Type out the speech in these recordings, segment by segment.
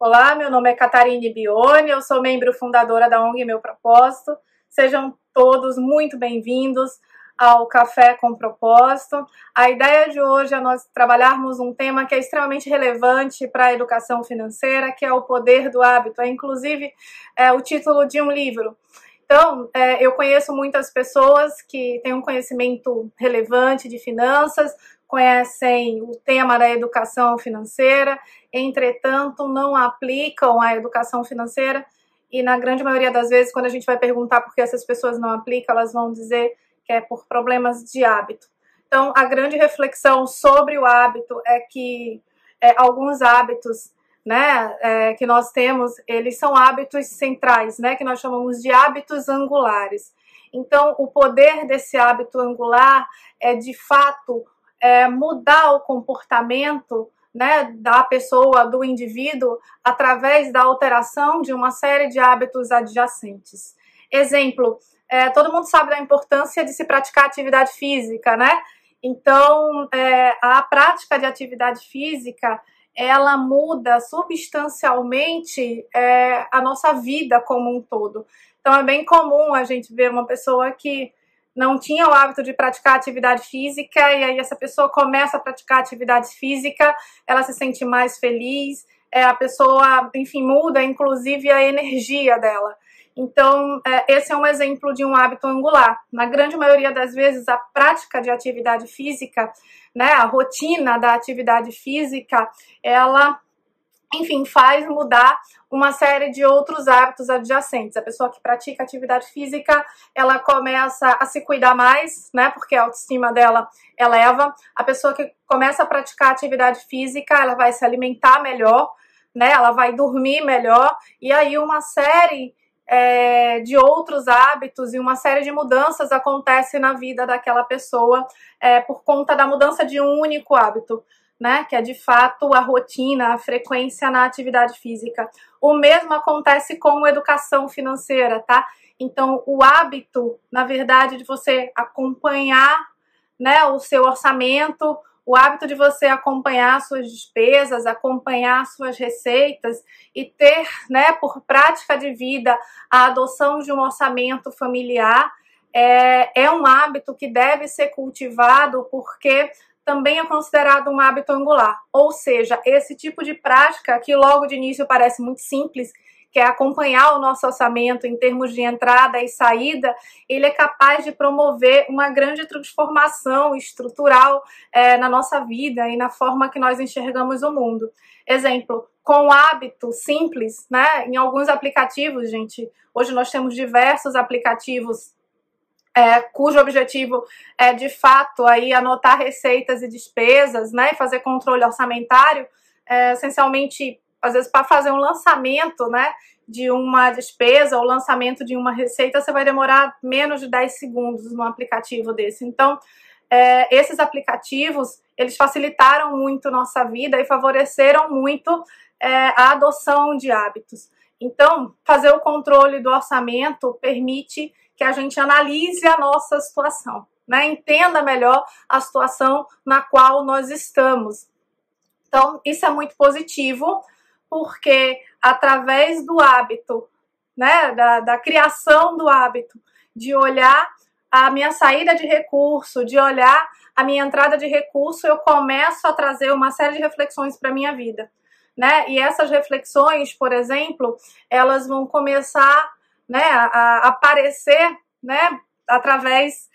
Olá, meu nome é Catarine Bione, eu sou membro fundadora da ONG Meu Propósito. Sejam todos muito bem-vindos ao Café com Propósito. A ideia de hoje é nós trabalharmos um tema que é extremamente relevante para a educação financeira, que é o poder do hábito. É inclusive o título de um livro. Então, eu conheço muitas pessoas que têm um conhecimento relevante de finanças, conhecem o tema da educação financeira, entretanto, não aplicam a educação financeira e, na grande maioria das vezes, quando a gente vai perguntar por que essas pessoas não aplicam, elas vão dizer que é por problemas de hábito. Então, a grande reflexão sobre o hábito é que alguns hábitos que nós temos, eles são hábitos centrais, que nós chamamos de hábitos angulares. Então, o poder desse hábito angular é, de fato, mudar o comportamento da pessoa, do indivíduo, através da alteração de uma série de hábitos adjacentes. Exemplo, todo mundo sabe da importância de se praticar atividade física, Então, a prática de atividade física, ela muda substancialmente a nossa vida como um todo. Então, é bem comum a gente ver uma pessoa que não tinha o hábito de praticar atividade física e aí essa pessoa começa a praticar atividade física, ela se sente mais feliz, a pessoa, enfim, muda inclusive a energia dela. Então, esse é um exemplo de um hábito angular. Na grande maioria das vezes, a prática de atividade física, a rotina da atividade física, ela, enfim, faz mudar uma série de outros hábitos adjacentes. A pessoa que pratica atividade física, ela começa a se cuidar mais, porque a autoestima dela eleva. A pessoa que começa a praticar atividade física, ela vai se alimentar melhor, ela vai dormir melhor, e aí uma série de outros hábitos e uma série de mudanças acontece na vida daquela pessoa por conta da mudança de um único hábito, que é de fato a rotina, a frequência na atividade física. O mesmo acontece com a educação financeira, tá? Então, o hábito, na verdade, de você acompanhar o seu orçamento, o hábito de você acompanhar suas despesas, acompanhar suas receitas e ter, por prática de vida, a adoção de um orçamento familiar, é um hábito que deve ser cultivado porque também é considerado um hábito angular. Ou seja, esse tipo de prática, que logo de início parece muito simples, que é acompanhar o nosso orçamento em termos de entrada e saída, ele é capaz de promover uma grande transformação estrutural na nossa vida e na forma que nós enxergamos o mundo. Exemplo, com hábito simples, em alguns aplicativos, gente, hoje nós temos diversos aplicativos cujo objetivo é, de fato, aí, anotar receitas e despesas, e fazer controle orçamentário, essencialmente, às vezes, para fazer um lançamento, de uma despesa ou lançamento de uma receita, você vai demorar menos de 10 segundos num aplicativo desse. Então, esses aplicativos, eles facilitaram muito nossa vida e favoreceram muito a adoção de hábitos. Então, fazer o controle do orçamento permite que a gente analise a nossa situação, entenda melhor a situação na qual nós estamos. Então, isso é muito positivo, porque através do hábito, da criação do hábito, de olhar a minha saída de recurso, de olhar a minha entrada de recurso, eu começo a trazer uma série de reflexões para a minha vida. E essas reflexões, por exemplo, elas vão começar a aparecer através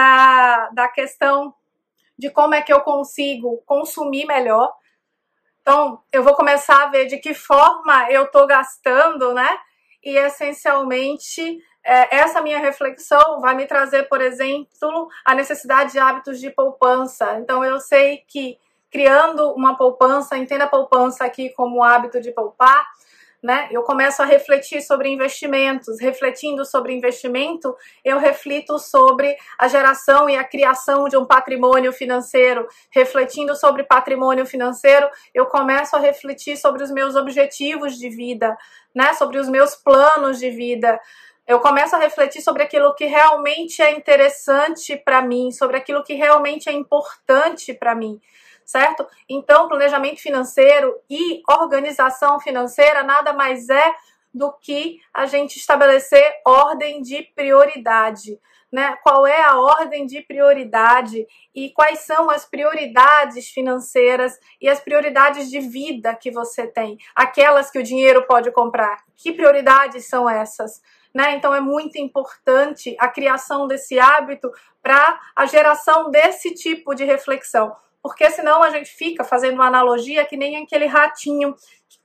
da questão de como é que eu consigo consumir melhor. Então, eu vou começar a ver de que forma eu estou gastando, e essencialmente essa minha reflexão vai me trazer, por exemplo, a necessidade de hábitos de poupança. Então, eu sei que criando uma poupança, entenda a poupança aqui como hábito de poupar, eu começo a refletir sobre investimentos. Refletindo sobre investimento, eu reflito sobre a geração e a criação de um patrimônio financeiro. Refletindo sobre patrimônio financeiro, eu começo a refletir sobre os meus objetivos de vida, sobre os meus planos de vida. Eu começo a refletir sobre aquilo que realmente é interessante para mim, sobre aquilo que realmente é importante para mim. certo? Então, planejamento financeiro e organização financeira nada mais é do que a gente estabelecer ordem de prioridade, né? Qual é a ordem de prioridade e quais são as prioridades financeiras e as prioridades de vida que você tem, aquelas que o dinheiro pode comprar. Que prioridades são essas? Né? Então é muito importante a criação desse hábito para a geração desse tipo de reflexão, porque senão a gente fica fazendo uma analogia que nem aquele ratinho que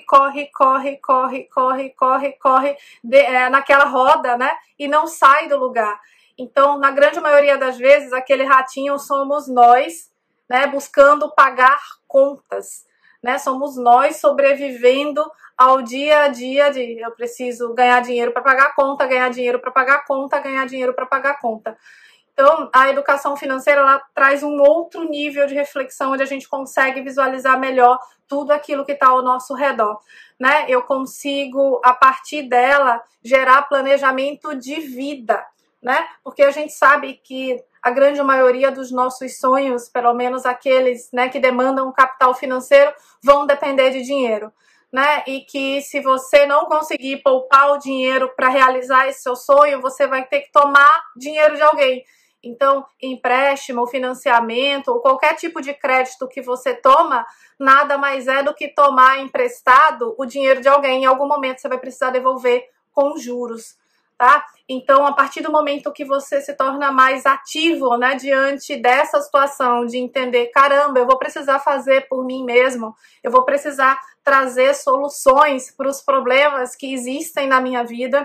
corre naquela roda, né? E não sai do lugar. Então, na grande maioria das vezes, aquele ratinho somos nós, né? Buscando pagar contas, né? Somos nós sobrevivendo ao dia a dia de eu preciso ganhar dinheiro para pagar conta, ganhar dinheiro para pagar conta, ganhar dinheiro para pagar conta. Então, a educação financeira ela traz um outro nível de reflexão onde a gente consegue visualizar melhor tudo aquilo que está ao nosso redor, né? Eu consigo, a partir dela, gerar planejamento de vida, né? Porque a gente sabe que a grande maioria dos nossos sonhos, pelo menos aqueles, né, que demandam capital financeiro, vão depender de dinheiro, né? E que se você não conseguir poupar o dinheiro para realizar esse seu sonho, você vai ter que tomar dinheiro de alguém. Então, empréstimo, financiamento ou qualquer tipo de crédito que você toma, nada mais é do que tomar emprestado o dinheiro de alguém. Em algum momento você vai precisar devolver com juros, tá? Então, a partir do momento que você se torna mais ativo, né, diante dessa situação de entender, caramba, eu vou precisar fazer por mim mesmo, eu vou precisar trazer soluções para os problemas que existem na minha vida,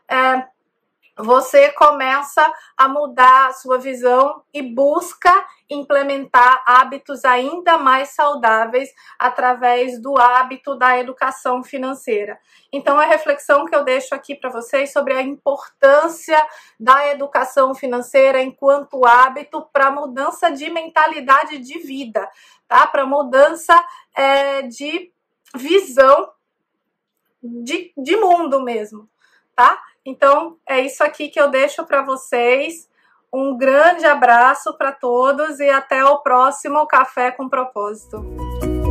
você começa a mudar a sua visão e busca implementar hábitos ainda mais saudáveis através do hábito da educação financeira. Então, a reflexão que eu deixo aqui para vocês sobre a importância da educação financeira enquanto hábito para mudança de mentalidade de vida, tá? Para mudança de visão de mundo mesmo, tá? Então, é isso aqui que eu deixo para vocês. Um grande abraço para todos e até o próximo Café com Propósito.